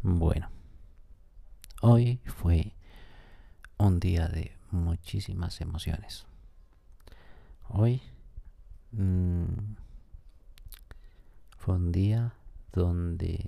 Bueno, hoy fue un día de muchísimas emociones. Hoy mm, fue un día donde,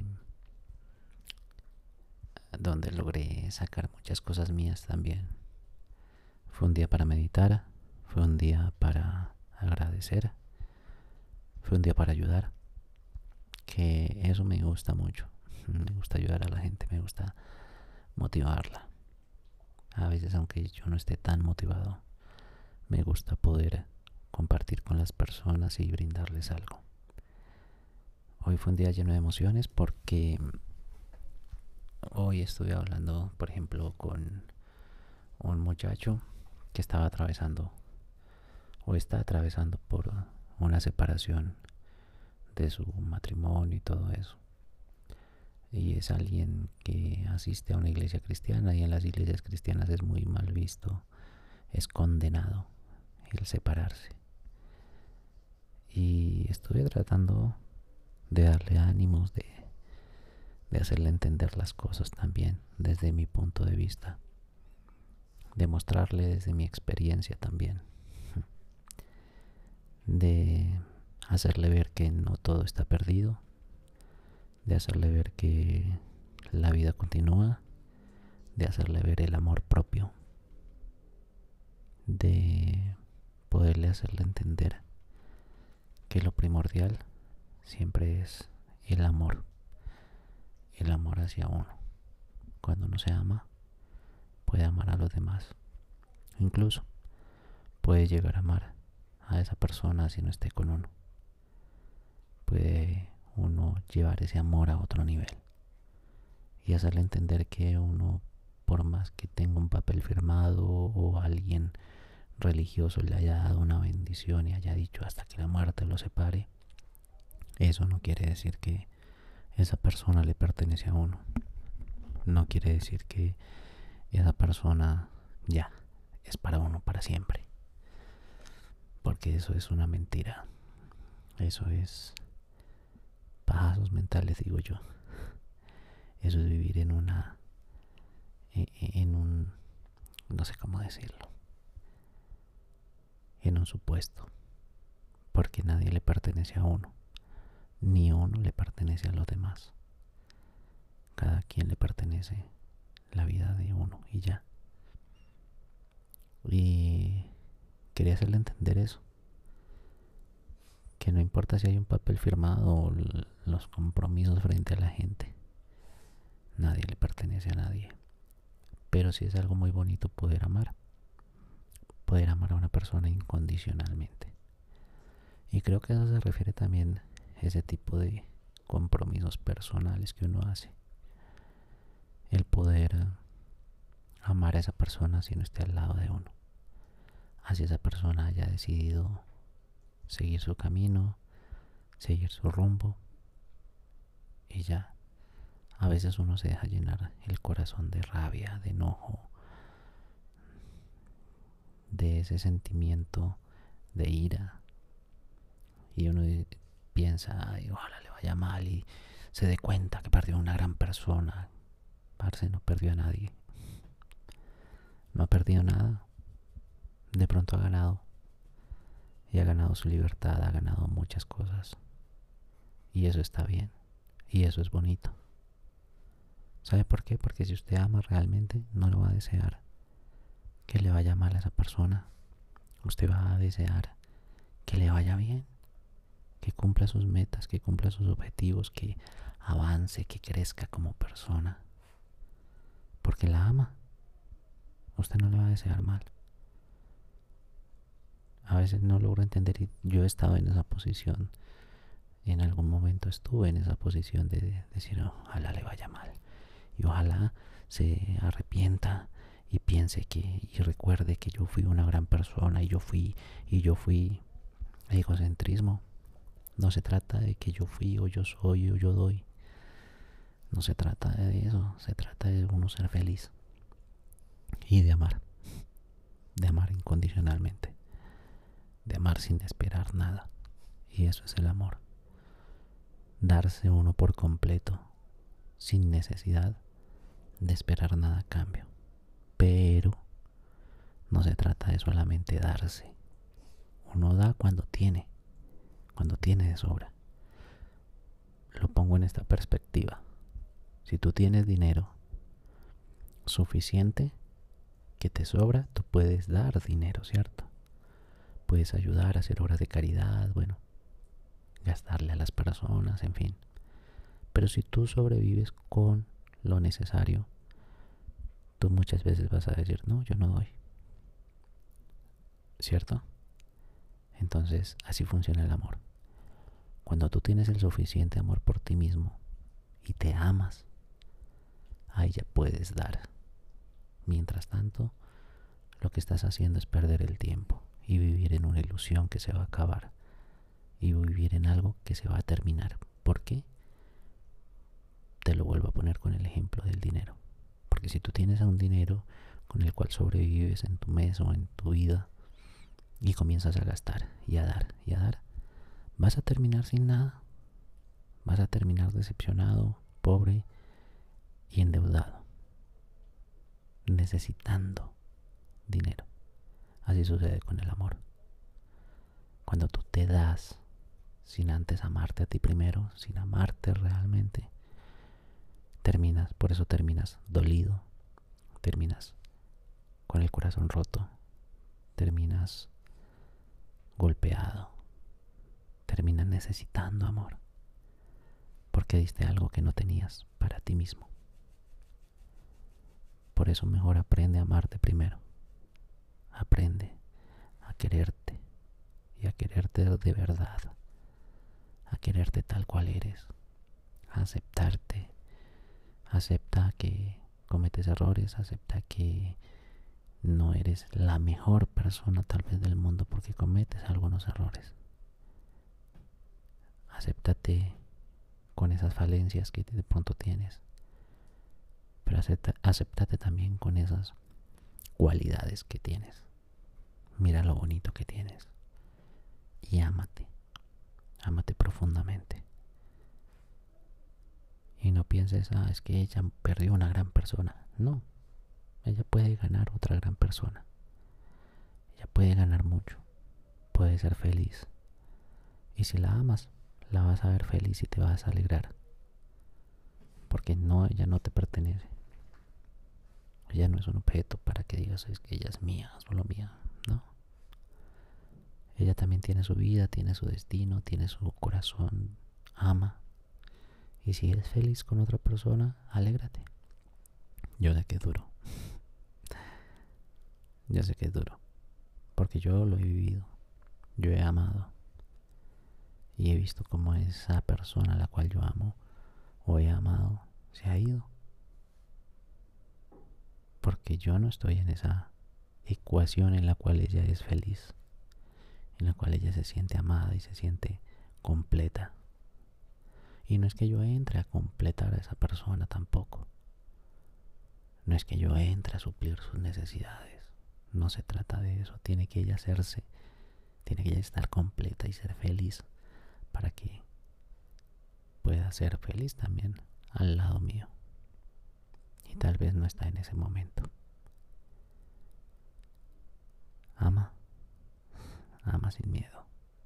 donde logré sacar muchas cosas mías también. Fue un día para meditar, fue un día para agradecer, fue un día para ayudar, que eso me gusta mucho. Me gusta ayudar a la gente, me gusta motivarla. A veces, aunque yo no esté tan motivado, me gusta poder compartir con las personas y brindarles algo. Hoy fue un día lleno de emociones porque hoy estuve hablando, por ejemplo, con un muchacho que estaba atravesando o está atravesando por una separación de su matrimonio y todo eso. Y es alguien que asiste a una iglesia cristiana, y en las iglesias cristianas es muy mal visto, es condenado el separarse. Y estuve tratando de darle ánimos, de hacerle entender las cosas también desde mi punto de vista, de mostrarle desde mi experiencia también, de hacerle ver que no todo está perdido, de hacerle ver que la vida continúa, de hacerle ver el amor propio, de poderle hacerle entender que lo primordial siempre es el amor hacia uno. Cuando uno se ama, puede amar a los demás, incluso puede llegar a amar a esa persona si no esté con uno. Puede uno llevar ese amor a otro nivel y hacerle entender que uno, por más que tenga un papel firmado o alguien religioso le haya dado una bendición y haya dicho hasta que la muerte lo separe, eso no quiere decir que esa persona le pertenece a uno. No quiere decir que esa persona ya es para uno para siempre, porque eso es una mentira. Eso es pasos mentales, digo yo. Eso es vivir en un, no sé cómo decirlo, en un supuesto, porque nadie le pertenece a uno, ni uno le pertenece a los demás. Cada quien le pertenece la vida de uno y ya. Y quería hacerle entender eso, que no importa si hay un papel firmado o los compromisos frente a la gente, nadie le pertenece a nadie. Pero sí es algo muy bonito poder amar a una persona incondicionalmente. Y creo que eso se refiere también a ese tipo de compromisos personales que uno hace. El poder amar a esa persona si no esté al lado de uno. Así esa persona haya decidido seguir su camino, seguir su rumbo y ya. A veces uno se deja llenar el corazón de rabia, de enojo, de ese sentimiento de ira. Y uno piensa, ay, ojalá le vaya mal y se dé cuenta que perdió a una gran persona. Parce, no perdió a nadie. No ha perdido nada. De pronto ha ganado. Y ha ganado su libertad, ha ganado muchas cosas. Y eso está bien. Y eso es bonito. ¿Sabe por qué? Porque si usted ama realmente, no lo va a desear que le vaya mal a esa persona. Usted va a desear que le vaya bien, que cumpla sus metas, que cumpla sus objetivos, que avance, que crezca como persona. Porque la ama. Usted no le va a desear mal. A veces no logro entender y yo he estado en esa posición. En algún momento estuve en esa posición de decir, oh, ojalá le vaya mal. Y ojalá se arrepienta y piense que y recuerde que yo fui una gran persona y yo fui egocentrismo. No se trata de que yo fui o yo soy o yo doy. No se trata de eso, se trata de uno ser feliz y de amar incondicionalmente, de amar sin esperar nada. Y eso es el amor, darse uno por completo sin necesidad de esperar nada a cambio. Pero no se trata de solamente darse. Uno da cuando tiene de sobra. Lo pongo en esta perspectiva. Si tú tienes dinero suficiente que te sobra, tú puedes dar dinero, ¿cierto? Puedes ayudar a hacer obras de caridad, bueno, gastarle a las personas, en fin. Pero si tú sobrevives con lo necesario, tú muchas veces vas a decir, no, yo no doy, ¿cierto? Entonces, así funciona el amor. Cuando tú tienes el suficiente amor por ti mismo y te amas, ahí ya puedes dar. Mientras tanto, lo que estás haciendo es perder el tiempo y vivir en una ilusión que se va a acabar y vivir en algo que se va a terminar. ¿Por qué? Te lo vuelvo a poner con el ejemplo del dinero. Porque si tú tienes un dinero con el cual sobrevives en tu mes o en tu vida y comienzas a gastar y a dar y a dar, vas a terminar sin nada. Vas a terminar decepcionado, pobre y endeudado, necesitando dinero. Así sucede con el amor. Cuando tú te das sin antes amarte a ti primero, sin amarte realmente, por eso terminas dolido, terminas con el corazón roto, terminas golpeado, terminas necesitando amor, porque diste algo que no tenías para ti mismo. Por eso mejor aprende a amarte primero. Aprende a quererte y a quererte de verdad, a quererte tal cual eres, a aceptarte. Acepta que cometes errores, acepta que no eres la mejor persona tal vez del mundo porque cometes algunos errores. Acéptate con esas falencias que de pronto tienes, pero acéptate también con esas cualidades que tienes. Mira lo bonito que tienes y ámate profundamente. Y no pienses, es que ella perdió una gran persona. No, ella puede ganar otra gran persona. Ella puede ganar mucho, puede ser feliz. Y si la amas, la vas a ver feliz y te vas a alegrar. Porque no, ella no te pertenece. Ella no es un objeto para que digas, es que ella es mía, solo mía. No. Ella también tiene su vida, tiene su destino, tiene su corazón, ama. Y si eres feliz con otra persona, alégrate. Yo sé que es duro. Yo sé que es duro. Porque yo lo he vivido. Yo he amado. Y he visto cómo esa persona a la cual yo amo o he amado se ha ido. Porque yo no estoy en esa ecuación en la cual ella es feliz, en la cual ella se siente amada y se siente completa. Y no es que yo entre a completar a esa persona tampoco. No es que yo entre a suplir sus necesidades. No se trata de eso. Tiene que ella estar completa y ser feliz para que pueda ser feliz también al lado mío. Y tal vez no está en ese momento. Ama sin miedo.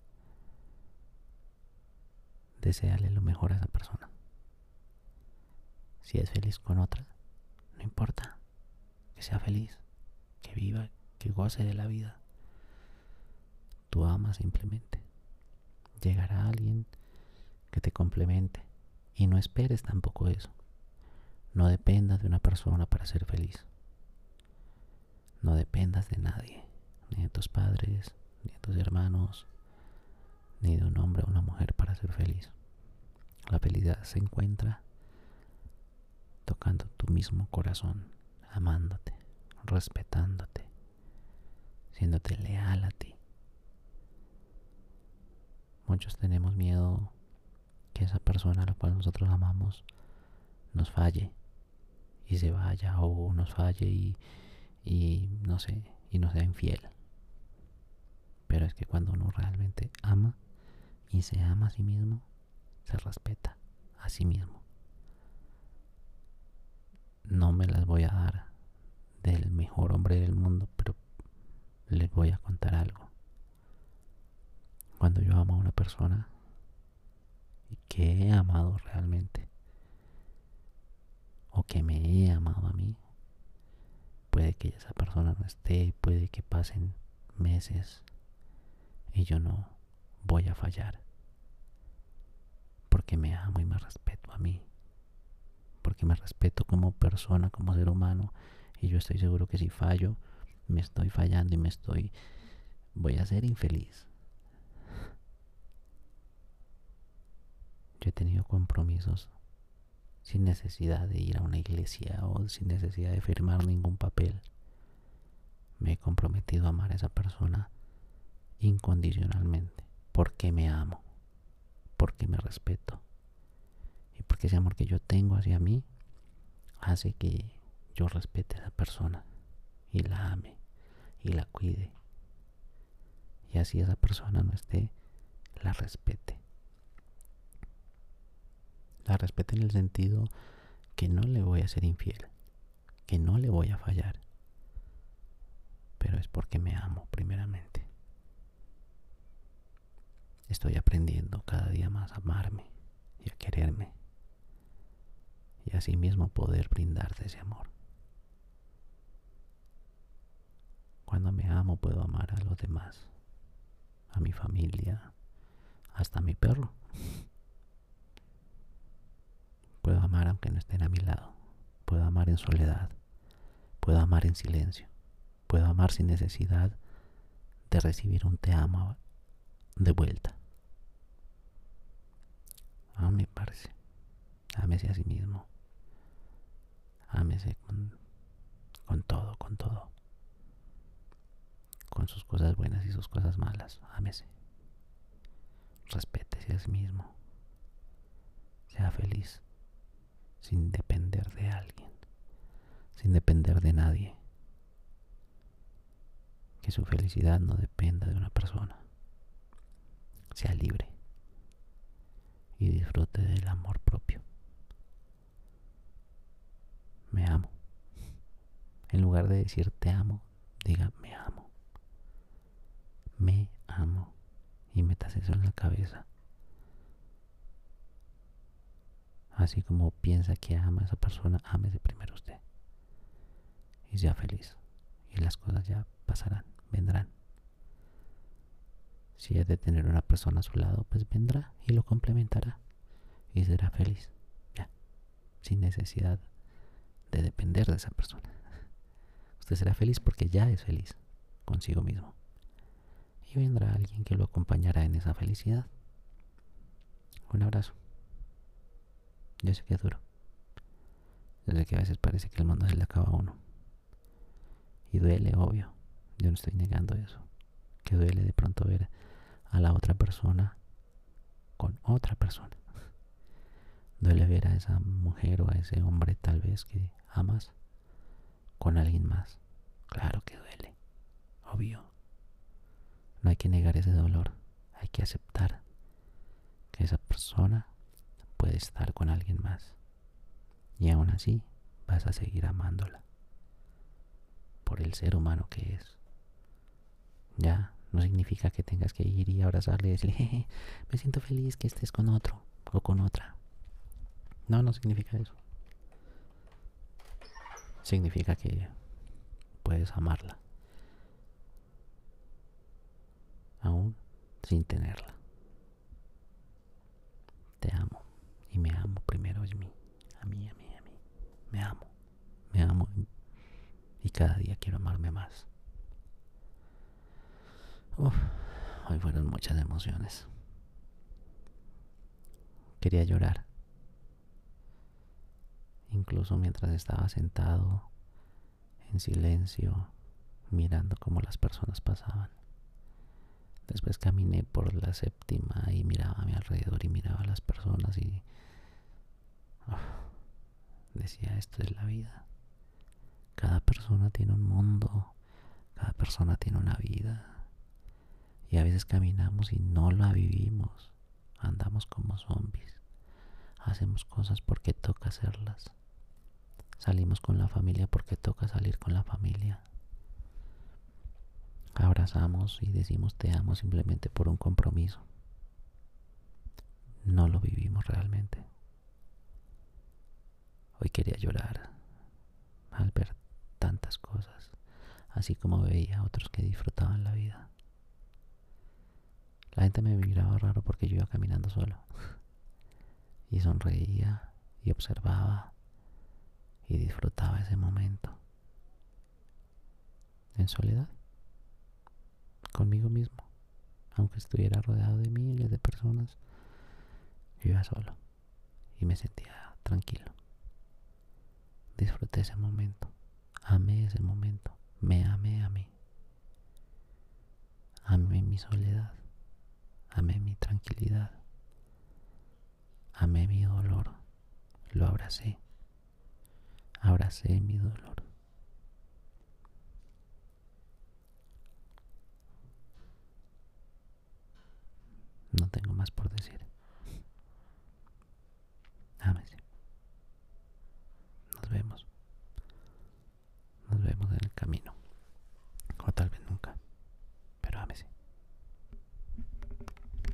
Deséale lo mejor a esa persona. Si es feliz con otra, no importa. Que sea feliz, que viva, que goce de la vida. Tú amas simplemente. Llegará alguien que te complemente. Y no esperes tampoco eso. No dependas de una persona para ser feliz. No dependas de nadie. Ni de tus padres, ni de tus hermanos, ni de un hombre o una mujer para ser feliz. La felicidad se encuentra tocando tu mismo corazón, amándote, respetándote, siéndote leal a ti. Muchos tenemos miedo que esa persona a la cual nosotros amamos nos falle y se vaya, o nos falle y no sé, y nos sea infiel. Pero es que cuando uno realmente ama y se ama a sí mismo, se respeta a sí mismo. no me las voy a dar del mejor hombre del mundo, pero les voy a contar algo. Cuando yo amo a una persona y que he amado realmente, o que me he amado a mí, puede que esa persona no esté, puede que pasen meses y yo no voy a fallar, porque me amo y me respeto a mí, porque me respeto como persona, como ser humano, y yo estoy seguro que si fallo, me estoy fallando y voy a ser infeliz. Yo he tenido compromisos sin necesidad de ir a una iglesia o sin necesidad de firmar ningún papel. Me he comprometido a amar a esa persona incondicionalmente, porque me amo, porque me respeto y porque ese amor que yo tengo hacia mí hace que yo respete a esa persona y la ame y la cuide, y así esa persona no esté, la respete. La respete en el sentido que no le voy a ser infiel, que no le voy a fallar, pero es porque me amo primeramente. Estoy aprendiendo cada día más a amarme y a quererme, y así mismo poder brindarte ese amor. Cuando me amo puedo amar a los demás, a mi familia, hasta a mi perro. Puedo amar aunque no estén a mi lado. Puedo amar en soledad. Puedo amar en silencio. Puedo amar sin necesidad de recibir un te amo de vuelta. Ame, parce. Ámese a sí mismo. Ámese con todo, con todo. Con sus cosas buenas y sus cosas malas. Ámese. Respétese a sí mismo. Sea feliz. Sin depender de alguien. Sin depender de nadie. Que su felicidad no dependa de una persona. Sea libre. Y disfrute del amor propio. Me amo. En lugar de decir te amo, diga me amo. Me amo. Y metas eso en la cabeza. Así como piensa que ama a esa persona, ámese primero usted. Y sea feliz. Y las cosas ya pasarán, vendrán. Si es de tener una persona a su lado, pues vendrá y lo complementará. Y será feliz. Ya. Sin necesidad de depender de esa persona. Usted será feliz porque ya es feliz consigo mismo. Y vendrá alguien que lo acompañará en esa felicidad. Un abrazo. Yo sé que es duro. Yo sé que a veces parece que el mundo se le acaba a uno. Y duele, obvio. Yo no estoy negando eso. Que duele de pronto ver a la otra persona con otra persona. Duele ver a esa mujer o a ese hombre tal vez que amas con alguien más. Claro que duele. Obvio. No hay que negar ese dolor. Hay que aceptar que esa persona puede estar con alguien más. Y aún así vas a seguir amándola. Por el ser humano que es. Ya no significa que tengas que ir y abrazarle y decirle, jeje, me siento feliz que estés con otro o con otra. No, no significa eso. Significa que puedes amarla. Aún sin tenerla. Te amo. Y me amo primero a mí. A mí, a mí, a mí. Me amo. Me amo. Y cada día quiero amarme más. Uf, hoy fueron muchas emociones. Quería llorar. Incluso mientras estaba sentado en silencio, mirando cómo las personas pasaban. Después caminé por la séptima y miraba a mi alrededor y miraba a las personas y decía, esto es la vida. Cada persona tiene un mundo, cada persona tiene una vida. Y a veces caminamos y no la vivimos. Andamos como zombies. Hacemos cosas porque toca hacerlas. Salimos con la familia porque toca salir con la familia. Abrazamos y decimos te amo simplemente por un compromiso. No lo vivimos realmente. Hoy quería llorar al ver tantas cosas, así como veía a otros que disfrutaban la vida. La gente me miraba raro porque yo iba caminando solo y sonreía y observaba y disfrutaba ese momento en soledad, conmigo mismo. Aunque estuviera rodeado de miles de personas, yo iba solo y me sentía tranquilo. Disfruté ese momento, amé ese momento, me amé a mí, amé mi soledad, amé mi tranquilidad, amé mi dolor, lo abracé, abracé mi dolor. No tengo más por decir.